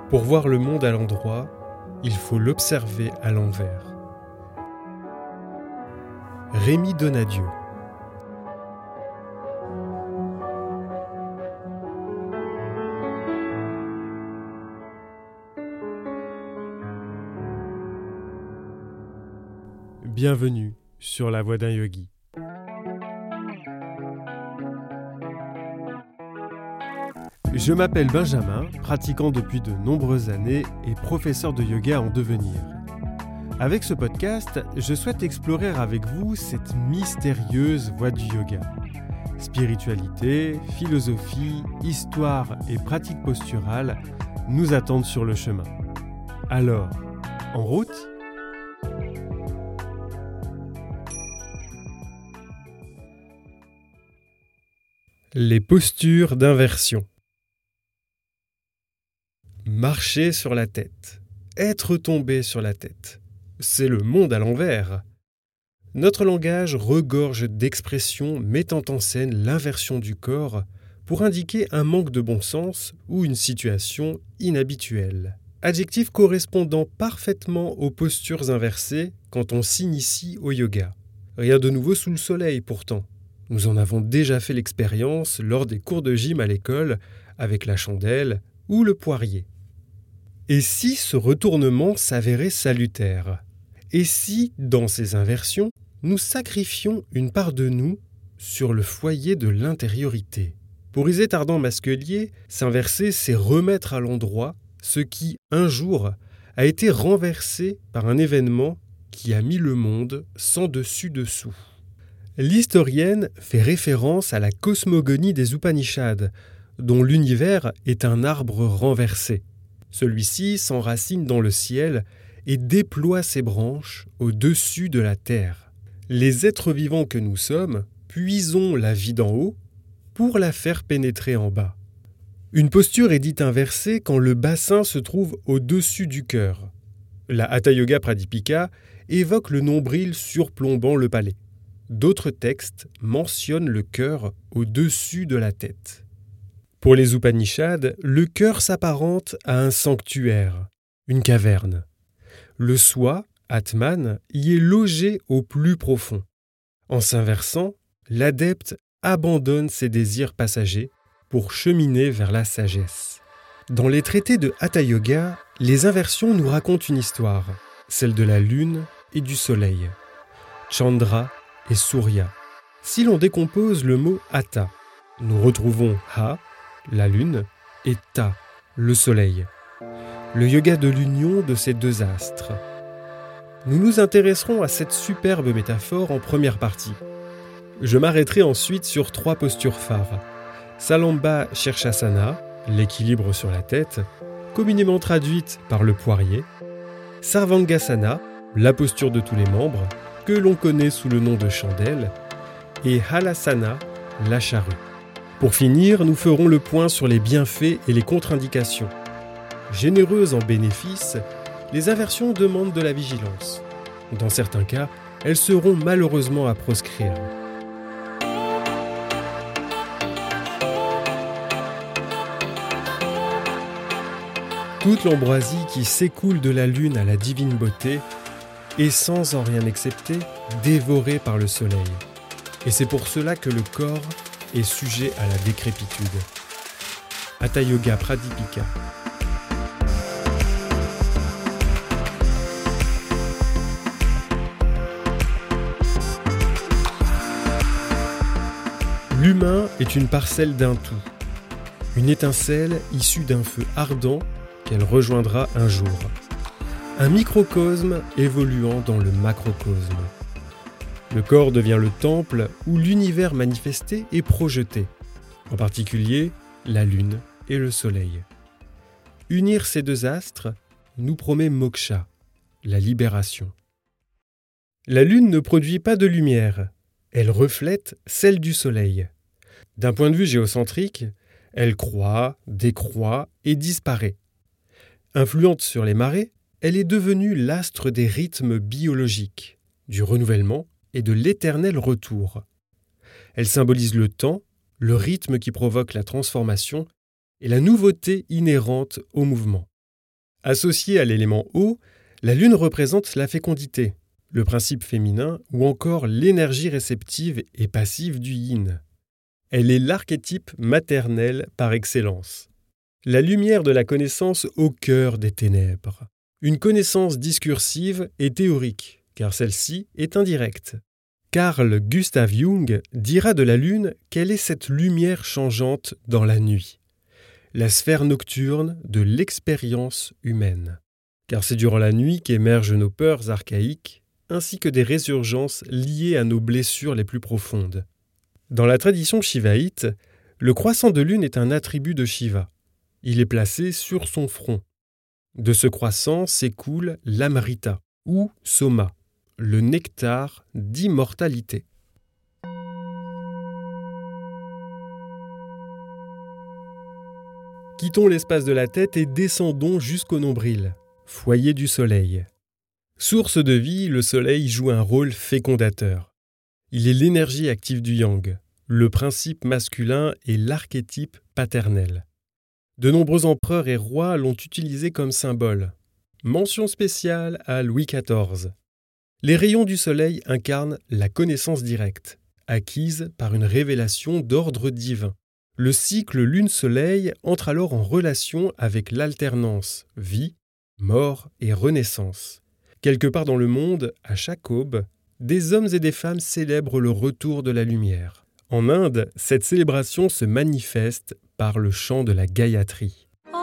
Pour voir le monde à l'endroit, il faut l'observer à l'envers. Rémi Donadieu. Bienvenue sur la voie d'un yogi. Je m'appelle Benjamin, pratiquant depuis de nombreuses années et professeur de yoga en devenir. Avec ce podcast, je souhaite explorer avec vous cette mystérieuse voie du yoga. Spiritualité, philosophie, histoire et pratique posturale nous attendent sur le chemin. Alors, en route ? Les postures d'inversion. Marcher sur la tête, être tombé sur la tête, c'est le monde à l'envers. Notre langage regorge d'expressions mettant en scène l'inversion du corps pour indiquer un manque de bon sens ou une situation inhabituelle. Adjectif correspondant parfaitement aux postures inversées quand on s'initie au yoga. Rien de nouveau sous le soleil pourtant. Nous en avons déjà fait l'expérience lors des cours de gym à l'école avec la chandelle ou le poirier. Et si ce retournement s'avérait salutaire ? Et si, dans ces inversions, nous sacrifions une part de nous sur le foyer de l'intériorité ? Pour Isette Ardan-Masquelier, s'inverser, c'est remettre à l'endroit ce qui, un jour, a été renversé par un événement qui a mis le monde sans dessus-dessous. L'historienne fait référence à la cosmogonie des Upanishads, dont l'univers est un arbre renversé. Celui-ci s'enracine dans le ciel et déploie ses branches au-dessus de la terre. Les êtres vivants que nous sommes puisons la vie d'en haut pour la faire pénétrer en bas. Une posture est dite inversée quand le bassin se trouve au-dessus du cœur. La Hatha Yoga Pradipika évoque le nombril surplombant le palais. D'autres textes mentionnent le cœur au-dessus de la tête. Pour les Upanishads, le cœur s'apparente à un sanctuaire, une caverne. Le soi, Atman, y est logé au plus profond. En s'inversant, l'adepte abandonne ses désirs passagers pour cheminer vers la sagesse. Dans les traités de Hatha Yoga, les inversions nous racontent une histoire, celle de la lune et du soleil, Chandra et Surya. Si l'on décompose le mot Hatha, nous retrouvons Ha, la lune, et Ta, le soleil. Le yoga de l'union de ces deux astres. Nous nous intéresserons à cette superbe métaphore en première partie. Je m'arrêterai ensuite sur 3 postures phares. Salamba Shirshasana, l'équilibre sur la tête, communément traduite par le poirier. Sarvangasana, la posture de tous les membres, que l'on connaît sous le nom de chandelle. Et Halasana, la charrue. Pour finir, nous ferons le point sur les bienfaits et les contre-indications. Généreuses en bénéfices, les inversions demandent de la vigilance. Dans certains cas, elles seront malheureusement à proscrire. Toute l'ambroisie qui s'écoule de la lune à la divine beauté est sans en rien accepter dévorée par le soleil. Et c'est pour cela que le corps est sujet à la décrépitude. Hatha Yoga Pradipika. L'humain est une parcelle d'un tout, une étincelle issue d'un feu ardent qu'elle rejoindra un jour. Un microcosme évoluant dans le macrocosme. Le corps devient le temple où l'univers manifesté est projeté, en particulier la lune et le soleil. Unir ces deux astres nous promet moksha, la libération. La lune ne produit pas de lumière, elle reflète celle du soleil. D'un point de vue géocentrique, elle croît, décroît et disparaît. Influente sur les marées, elle est devenue l'astre des rythmes biologiques, du renouvellement et de l'éternel retour. Elle symbolise le temps, le rythme qui provoque la transformation et la nouveauté inhérente au mouvement. Associée à l'élément eau, la Lune représente la fécondité, le principe féminin ou encore l'énergie réceptive et passive du yin. Elle est l'archétype maternel par excellence. La lumière de la connaissance au cœur des ténèbres. Une connaissance discursive et théorique, car celle-ci est indirecte. Carl Gustav Jung dira de la Lune qu'elle est cette lumière changeante dans la nuit, la sphère nocturne de l'expérience humaine. Car c'est durant la nuit qu'émergent nos peurs archaïques, ainsi que des résurgences liées à nos blessures les plus profondes. Dans la tradition shivaïte, le croissant de lune est un attribut de Shiva. Il est placé sur son front. De ce croissant s'écoule l'amrita, ou soma, le nectar d'immortalité. Quittons l'espace de la tête et descendons jusqu'au nombril, foyer du soleil. Source de vie, le soleil joue un rôle fécondateur. Il est l'énergie active du yang, le principe masculin et l'archétype paternel. De nombreux empereurs et rois l'ont utilisé comme symbole. Mention spéciale à Louis XIV. Les rayons du soleil incarnent la connaissance directe, acquise par une révélation d'ordre divin. Le cycle lune-soleil entre alors en relation avec l'alternance vie, mort et renaissance. Quelque part dans le monde, à chaque aube, des hommes et des femmes célèbrent le retour de la lumière. En Inde, cette célébration se manifeste par le chant de la Gayatri.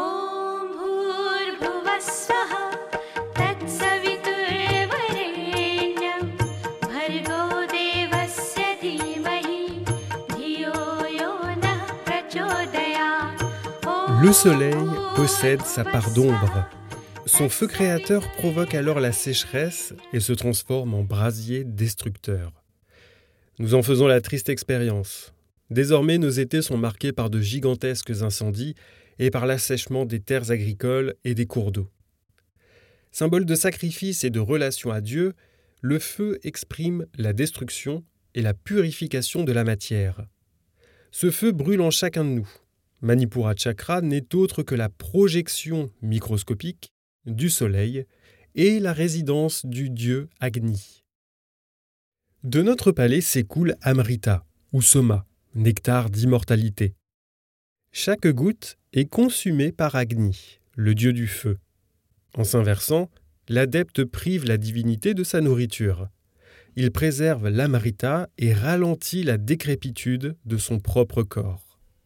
Le soleil possède sa part d'ombre. Son feu créateur provoque alors la sécheresse et se transforme en brasier destructeur. Nous en faisons la triste expérience. Désormais, nos étés sont marqués par de gigantesques incendies et par l'assèchement des terres agricoles et des cours d'eau. Symbole de sacrifice et de relation à Dieu, le feu exprime la destruction et la purification de la matière. Ce feu brûle en chacun de nous. Manipura Chakra n'est autre que la projection microscopique du soleil et la résidence du dieu Agni. De notre palais s'écoule Amrita, ou Soma, nectar d'immortalité. Chaque goutte est consumée par Agni, le dieu du feu. En s'inversant, l'adepte prive la divinité de sa nourriture. Il préserve l'Amrita et ralentit la décrépitude de son propre corps.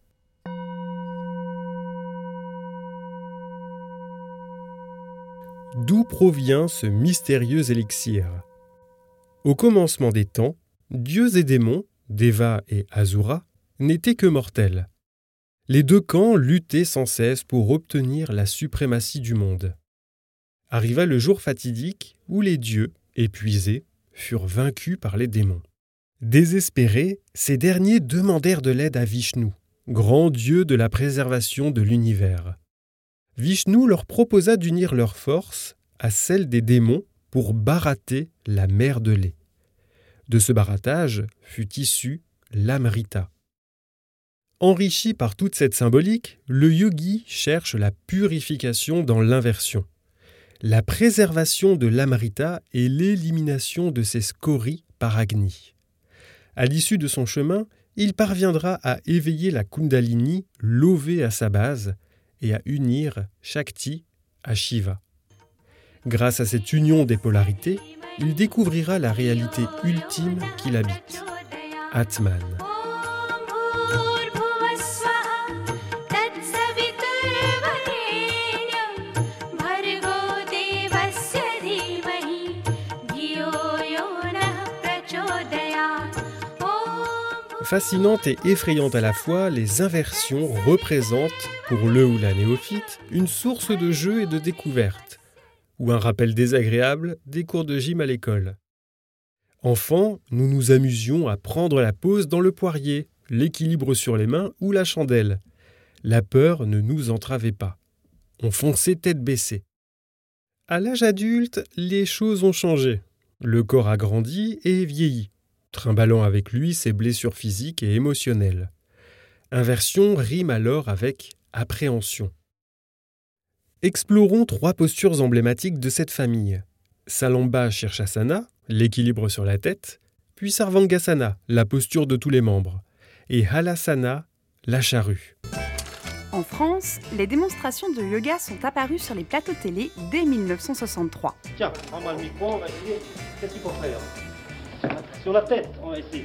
D'où provient ce mystérieux élixir ? Au commencement des temps, dieux et démons, Deva et Asura, n'étaient que mortels. Les deux camps luttaient sans cesse pour obtenir la suprématie du monde. Arriva le jour fatidique où les dieux, épuisés, furent vaincus par les démons. Désespérés, ces derniers demandèrent de l'aide à Vishnu, grand dieu de la préservation de l'univers. Vishnu leur proposa d'unir leurs forces à celles des démons pour barater la mer de lait. De ce barattage fut issue l'Amrita. Enrichi par toute cette symbolique, le yogi cherche la purification dans l'inversion. La préservation de l'Amrita et l'élimination de ses scories par Agni. À l'issue de son chemin, il parviendra à éveiller la Kundalini levée à sa base et à unir Shakti à Shiva. Grâce à cette union des polarités, il découvrira la réalité ultime qu'il habite, Atman. Fascinante et effrayante à la fois, les inversions représentent, pour le ou la néophyte, une source de jeu et de découverte, ou un rappel désagréable des cours de gym à l'école. Enfant, nous nous amusions à prendre la pose dans le poirier, l'équilibre sur les mains ou la chandelle. La peur ne nous entravait pas. On fonçait tête baissée. À l'âge adulte, les choses ont changé. Le corps a grandi et vieilli, trimballant avec lui ses blessures physiques et émotionnelles. Inversion rime alors avec appréhension. Explorons 3 postures emblématiques de cette famille. Salamba Shirshasana, l'équilibre sur la tête, puis Sarvangasana, la posture de tous les membres, et Halasana, la charrue. En France, les démonstrations de yoga sont apparues sur les plateaux télé dès 1963. Tiens, prends-moi le micro, on va essayer. Qu'est-ce qu'il faut faire? Sur la tête, on va essayer.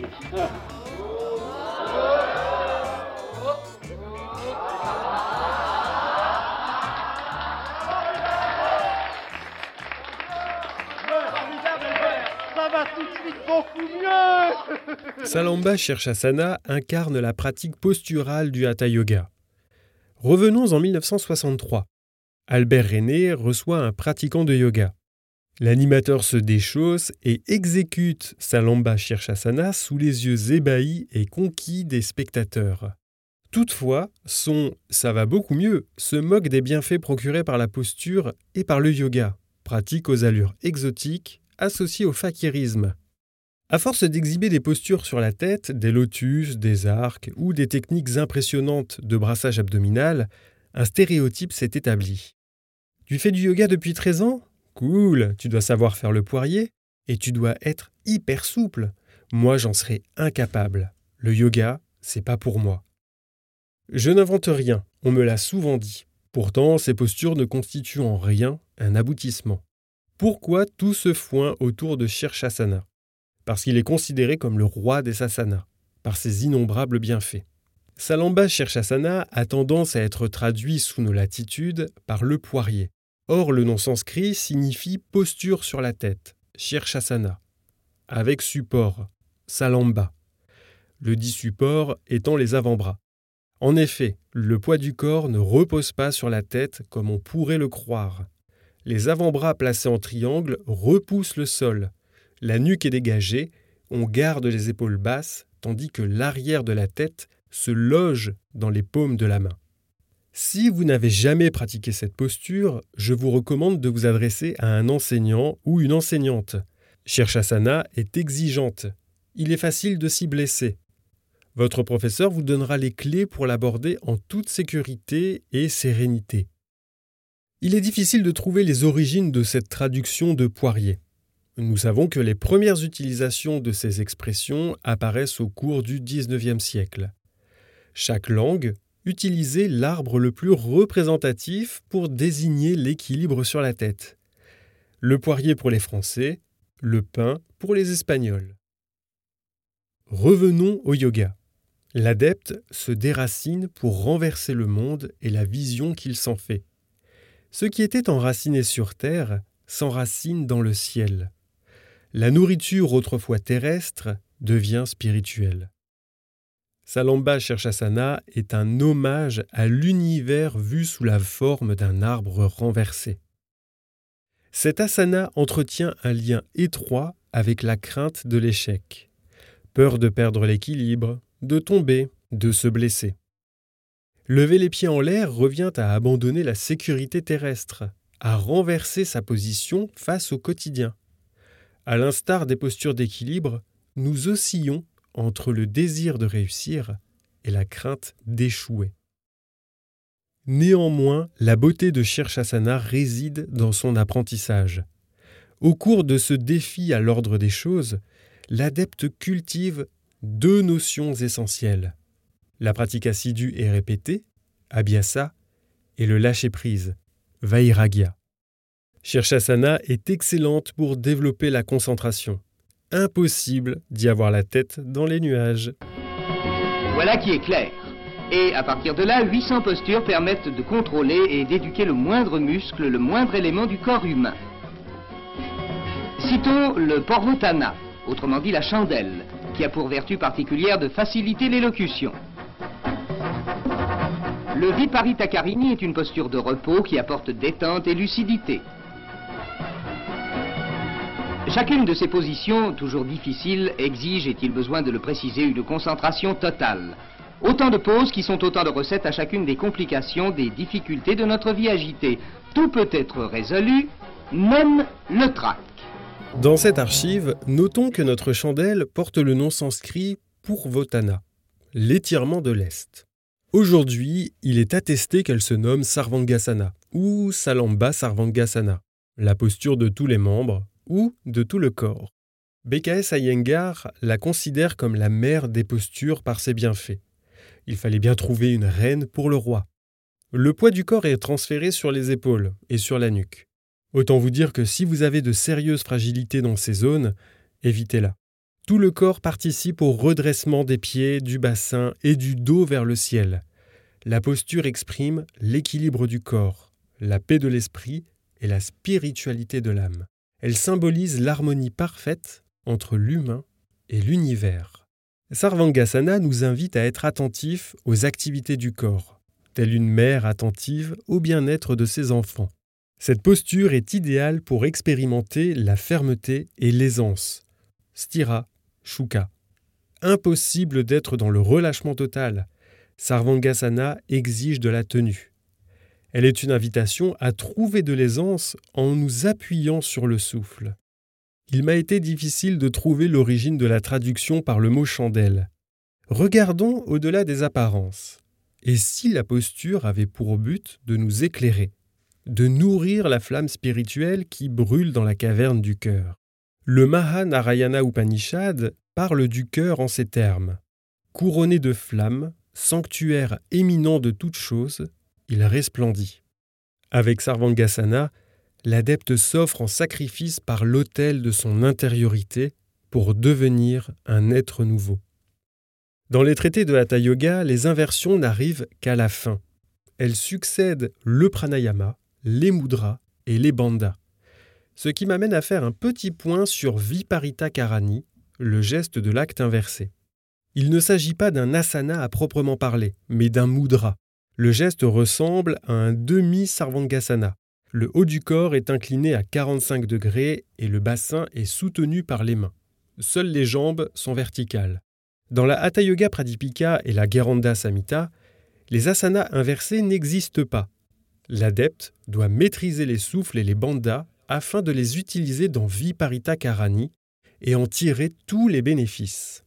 Ça va tout de suite beaucoup mieux. Salamba Shirshasana incarne la pratique posturale du Hatha Yoga. Revenons en 1963. Albert René reçoit un pratiquant de yoga. L'animateur se déchausse et exécute Salamba Shirshasana sous les yeux ébahis et conquis des spectateurs. Toutefois, son « ça va beaucoup mieux » se moque des bienfaits procurés par la posture et par le yoga, pratique aux allures exotiques associée au fakirisme. À force d'exhiber des postures sur la tête, des lotus, des arcs ou des techniques impressionnantes de brassage abdominal, un stéréotype s'est établi. Tu fais du yoga depuis 13 ans ? Cool, tu dois savoir faire le poirier et tu dois être hyper souple. Moi, j'en serais incapable. Le yoga, c'est pas pour moi. Je n'invente rien, on me l'a souvent dit. Pourtant, ces postures ne constituent en rien un aboutissement. Pourquoi tout ce foin autour de Shirshasana ? Parce qu'il est considéré comme le roi des asanas, par ses innombrables bienfaits. Salamba Shirshasana a tendance à être traduit sous nos latitudes par le poirier. Or, le nom sanskrit signifie posture sur la tête, Shirshasana, avec support, Salamba, le dit support étant les avant-bras. En effet, le poids du corps ne repose pas sur la tête comme on pourrait le croire. Les avant-bras placés en triangle repoussent le sol. La nuque est dégagée, on garde les épaules basses, tandis que l'arrière de la tête se loge dans les paumes de la main. Si vous n'avez jamais pratiqué cette posture, je vous recommande de vous adresser à un enseignant ou une enseignante. Shirshasana est exigeante. Il est facile de s'y blesser. Votre professeur vous donnera les clés pour l'aborder en toute sécurité et sérénité. Il est difficile de trouver les origines de cette traduction de poirier. Nous savons que les premières utilisations de ces expressions apparaissent au cours du XIXe siècle. Chaque langue utilisait l'arbre le plus représentatif pour désigner l'équilibre sur la tête. Le poirier pour les Français, le pin pour les Espagnols. Revenons au yoga. L'adepte se déracine pour renverser le monde et la vision qu'il s'en fait. Ce qui était enraciné sur terre s'enracine dans le ciel. La nourriture autrefois terrestre devient spirituelle. Salamba Shirshasana est un hommage à l'univers vu sous la forme d'un arbre renversé. Cet asana entretient un lien étroit avec la crainte de l'échec. Peur de perdre l'équilibre, de tomber, de se blesser. Lever les pieds en l'air revient à abandonner la sécurité terrestre, à renverser sa position face au quotidien. À l'instar des postures d'équilibre, nous oscillons entre le désir de réussir et la crainte d'échouer. Néanmoins, la beauté de Shirshasana réside dans son apprentissage. Au cours de ce défi à l'ordre des choses, l'adepte cultive 2 notions essentielles. La pratique assidue et répétée, Abhyasa, et le lâcher-prise, Vairagya. Shirshasana est excellente pour développer la concentration. Impossible d'y avoir la tête dans les nuages. Voilà qui est clair. Et à partir de là, 800 postures permettent de contrôler et d'éduquer le moindre muscle, le moindre élément du corps humain. Citons le Parvotana, autrement dit la chandelle, qui a pour vertu particulière de faciliter l'élocution. Le Viparita Karini est une posture de repos qui apporte détente et lucidité. Chacune de ces positions, toujours difficiles, exige, est-il besoin de le préciser, une concentration totale. Autant de pauses qui sont autant de recettes à chacune des complications, des difficultés de notre vie agitée. Tout peut être résolu, même le trac. Dans cette archive, notons que notre chandelle porte le nom sanskrit Purvotana, l'étirement de l'Est. Aujourd'hui, il est attesté qu'elle se nomme Sarvangasana ou Salamba Sarvangasana, la posture de tous les membres ou de tout le corps. BKS Iyengar la considère comme la mère des postures par ses bienfaits. Il fallait bien trouver une reine pour le roi. Le poids du corps est transféré sur les épaules et sur la nuque. Autant vous dire que si vous avez de sérieuses fragilités dans ces zones, évitez-la. Tout le corps participe au redressement des pieds, du bassin et du dos vers le ciel. La posture exprime l'équilibre du corps, la paix de l'esprit et la spiritualité de l'âme. Elle symbolise l'harmonie parfaite entre l'humain et l'univers. Sarvangasana nous invite à être attentifs aux activités du corps, telle une mère attentive au bien-être de ses enfants. Cette posture est idéale pour expérimenter la fermeté et l'aisance. Sthira, Shuka. Impossible d'être dans le relâchement total. Sarvangasana exige de la tenue. Elle est une invitation à trouver de l'aisance en nous appuyant sur le souffle. Il m'a été difficile de trouver l'origine de la traduction par le mot chandelle. Regardons au-delà des apparences. Et si la posture avait pour but de nous éclairer, de nourrir la flamme spirituelle qui brûle dans la caverne du cœur? Le Mahanarayana Upanishad parle du cœur en ces termes. Couronné de flammes, sanctuaire éminent de toutes choses, il resplendit. Avec Sarvangasana, l'adepte s'offre en sacrifice par l'autel de son intériorité pour devenir un être nouveau. Dans les traités de Hatha Yoga, les inversions n'arrivent qu'à la fin. Elles succèdent le pranayama, les mudras et les bandhas. Ce qui m'amène à faire un petit point sur Viparita Karani, le geste de l'acte inversé. Il ne s'agit pas d'un asana à proprement parler, mais d'un mudra. Le geste ressemble à un demi-sarvangasana. Le haut du corps est incliné à 45 degrés et le bassin est soutenu par les mains. Seules les jambes sont verticales. Dans la Hatha Yoga Pradipika et la Gheranda Samhita, les asanas inversés n'existent pas. L'adepte doit maîtriser les souffles et les bandhas afin de les utiliser dans Viparita Karani et en tirer tous les bénéfices.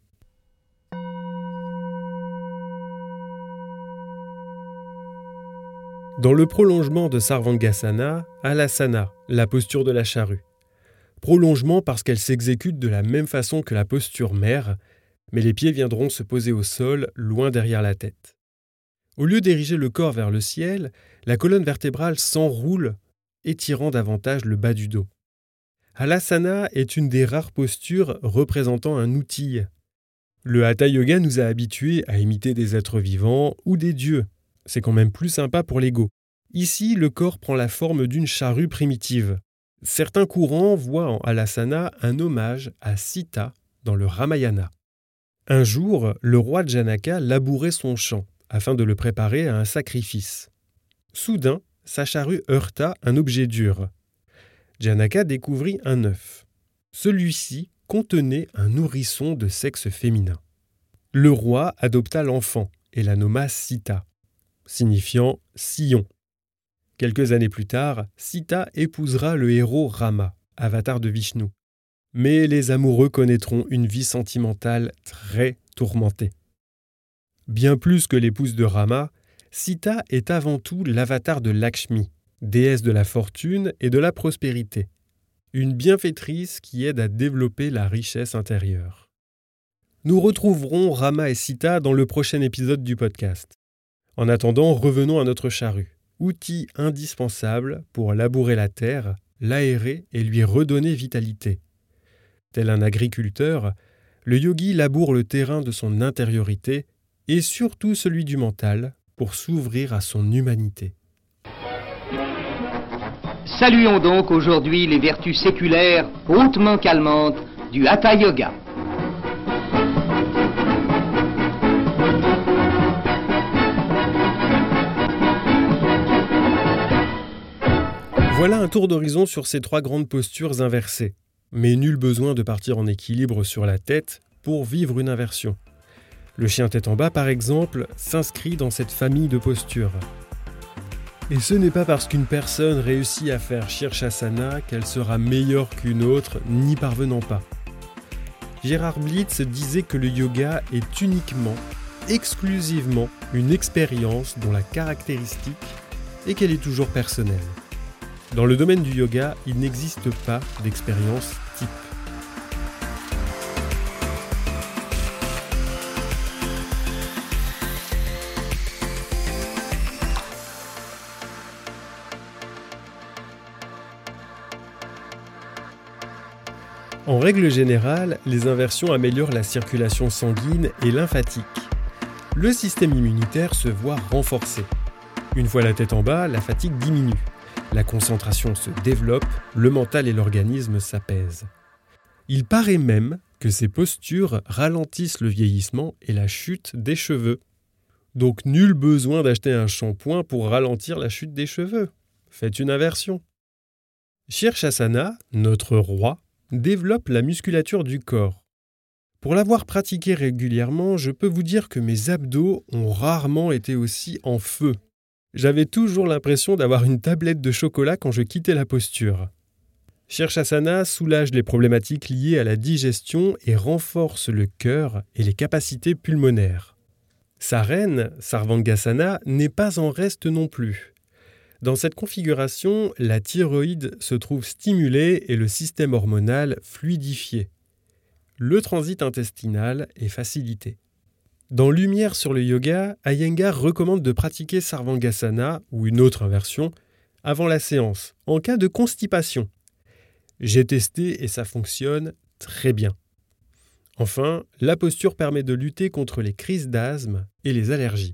Dans le prolongement de Sarvangasana, Halasana, la posture de la charrue. Prolongement parce qu'elle s'exécute de la même façon que la posture mère, mais les pieds viendront se poser au sol, loin derrière la tête. Au lieu d'ériger le corps vers le ciel, la colonne vertébrale s'enroule, étirant davantage le bas du dos. Halasana est une des rares postures représentant un outil. Le Hatha Yoga nous a habitués à imiter des êtres vivants ou des dieux. C'est quand même plus sympa pour l'ego. Ici, le corps prend la forme d'une charrue primitive. Certains courants voient en Halasana un hommage à Sita dans le Ramayana. Un jour, le roi Janaka labourait son champ afin de le préparer à un sacrifice. Soudain, sa charrue heurta un objet dur. Janaka découvrit un œuf. Celui-ci contenait un nourrisson de sexe féminin. Le roi adopta l'enfant et la nomma Sita, signifiant sillon. Quelques années plus tard, Sita épousera le héros Rama, avatar de Vishnu. Mais les amoureux connaîtront une vie sentimentale très tourmentée. Bien plus que l'épouse de Rama, Sita est avant tout l'avatar de Lakshmi, déesse de la fortune et de la prospérité, une bienfaitrice qui aide à développer la richesse intérieure. Nous retrouverons Rama et Sita dans le prochain épisode du podcast. En attendant, revenons à notre charrue, outil indispensable pour labourer la terre, l'aérer et lui redonner vitalité. Tel un agriculteur, le yogi laboure le terrain de son intériorité et surtout celui du mental pour s'ouvrir à son humanité. Saluons donc aujourd'hui les vertus séculaires hautement calmantes du Hatha Yoga. Voilà un tour d'horizon sur ces 3 grandes postures inversées. Mais nul besoin de partir en équilibre sur la tête pour vivre une inversion. Le chien tête en bas, par exemple, s'inscrit dans cette famille de postures. Et ce n'est pas parce qu'une personne réussit à faire Shirshasana qu'elle sera meilleure qu'une autre, n'y parvenant pas. Gérard Blitz disait que le yoga est uniquement exclusivement une expérience dont la caractéristique est qu'elle est toujours personnelle. Dans le domaine du yoga, il n'existe pas d'expérience type. En règle générale, les inversions améliorent la circulation sanguine et lymphatique. Le système immunitaire se voit renforcé. Une fois la tête en bas, la fatigue diminue. La concentration se développe, le mental et l'organisme s'apaisent. Il paraît même que ces postures ralentissent le vieillissement et la chute des cheveux. Donc nul besoin d'acheter un shampoing pour ralentir la chute des cheveux. Faites une inversion. Shirshasana, notre roi, développe la musculature du corps. Pour l'avoir pratiqué régulièrement, je peux vous dire que mes abdos ont rarement été aussi en feu. J'avais toujours l'impression d'avoir une tablette de chocolat quand je quittais la posture. Shirshasana soulage les problématiques liées à la digestion et renforce le cœur et les capacités pulmonaires. Sa reine, Sarvangasana, n'est pas en reste non plus. Dans cette configuration, la thyroïde se trouve stimulée et le système hormonal fluidifié. Le transit intestinal est facilité. Dans Lumière sur le yoga, Iyengar recommande de pratiquer Sarvangasana ou une autre inversion avant la séance, en cas de constipation. J'ai testé et ça fonctionne très bien. Enfin, la posture permet de lutter contre les crises d'asthme et les allergies.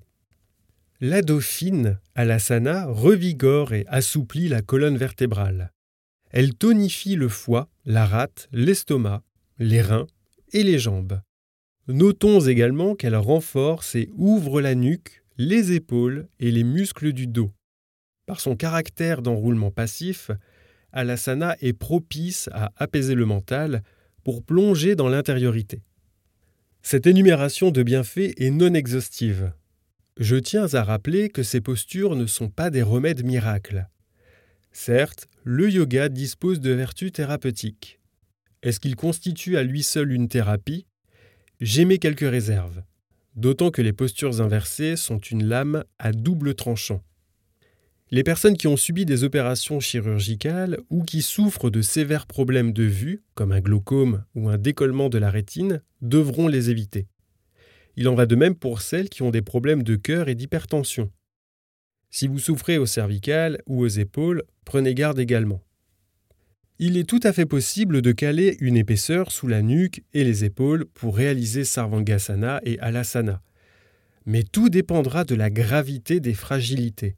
La dauphine, Alasana, revigore et assouplit la colonne vertébrale. Elle tonifie le foie, la rate, l'estomac, les reins et les jambes. Notons également qu'elle renforce et ouvre la nuque, les épaules et les muscles du dos. Par son caractère d'enroulement passif, Alasana est propice à apaiser le mental pour plonger dans l'intériorité. Cette énumération de bienfaits est non exhaustive. Je tiens à rappeler que ces postures ne sont pas des remèdes miracles. Certes, le yoga dispose de vertus thérapeutiques. Est-ce qu'il constitue à lui seul une thérapie ? J'émets quelques réserves, d'autant que les postures inversées sont une lame à double tranchant. Les personnes qui ont subi des opérations chirurgicales ou qui souffrent de sévères problèmes de vue, comme un glaucome ou un décollement de la rétine, devront les éviter. Il en va de même pour celles qui ont des problèmes de cœur et d'hypertension. Si vous souffrez aux cervicales ou aux épaules, prenez garde également. Il est tout à fait possible de caler une épaisseur sous la nuque et les épaules pour réaliser Sarvangasana et Alasana. Mais tout dépendra de la gravité des fragilités.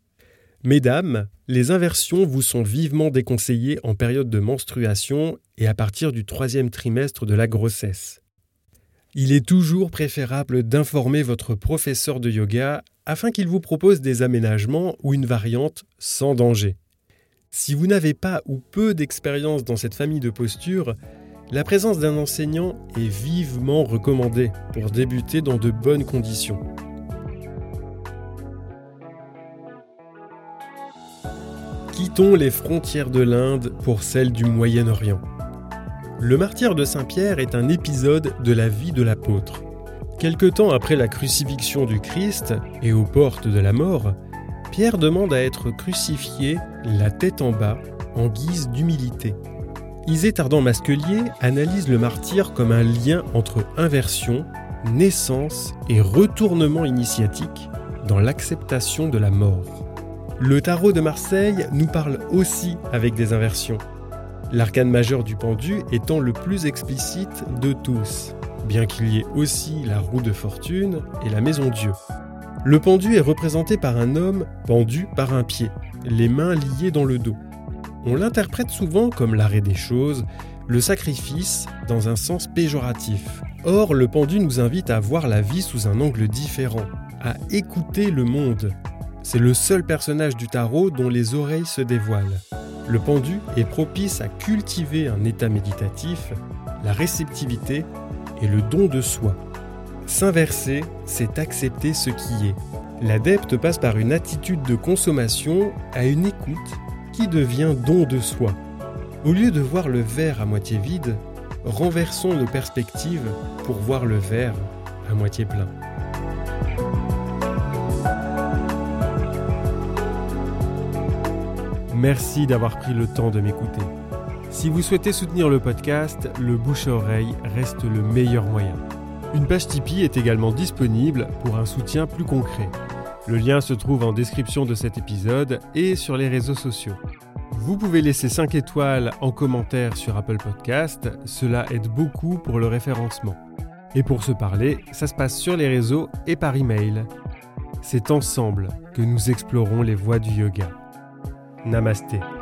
Mesdames, les inversions vous sont vivement déconseillées en période de menstruation et à partir du 3e trimestre de la grossesse. Il est toujours préférable d'informer votre professeur de yoga afin qu'il vous propose des aménagements ou une variante sans danger. Si vous n'avez pas ou peu d'expérience dans cette famille de postures, la présence d'un enseignant est vivement recommandée pour débuter dans de bonnes conditions. Quittons les frontières de l'Inde pour celles du Moyen-Orient. Le martyre de Saint-Pierre est un épisode de la vie de l'apôtre. Quelque temps après la crucifixion du Christ et aux portes de la mort, Pierre demande à être crucifié la tête en bas en guise d'humilité. Isée Tardant-Masquelier analyse le martyre comme un lien entre inversion, naissance et retournement initiatique dans l'acceptation de la mort. Le tarot de Marseille nous parle aussi avec des inversions. L'arcane majeur du pendu étant le plus explicite de tous, bien qu'il y ait aussi la roue de fortune et la maison Dieu. Le pendu est représenté par un homme pendu par un pied, les mains liées dans le dos. On l'interprète souvent comme l'arrêt des choses, le sacrifice dans un sens péjoratif. Or, le pendu nous invite à voir la vie sous un angle différent, à écouter le monde. C'est le seul personnage du tarot dont les oreilles se dévoilent. Le pendu est propice à cultiver un état méditatif, la réceptivité et le don de soi. S'inverser, c'est accepter ce qui est. L'adepte passe par une attitude de consommation à une écoute qui devient don de soi. Au lieu de voir le verre à moitié vide, renversons nos perspectives pour voir le verre à moitié plein. Merci d'avoir pris le temps de m'écouter. Si vous souhaitez soutenir le podcast, le bouche-à-oreille reste le meilleur moyen. Une page Tipeee est également disponible pour un soutien plus concret. Le lien se trouve en description de cet épisode et sur les réseaux sociaux. Vous pouvez laisser 5 étoiles en commentaire sur Apple Podcast, cela aide beaucoup pour le référencement. Et pour se parler, ça se passe sur les réseaux et par email. C'est ensemble que nous explorons les voies du yoga. Namasté.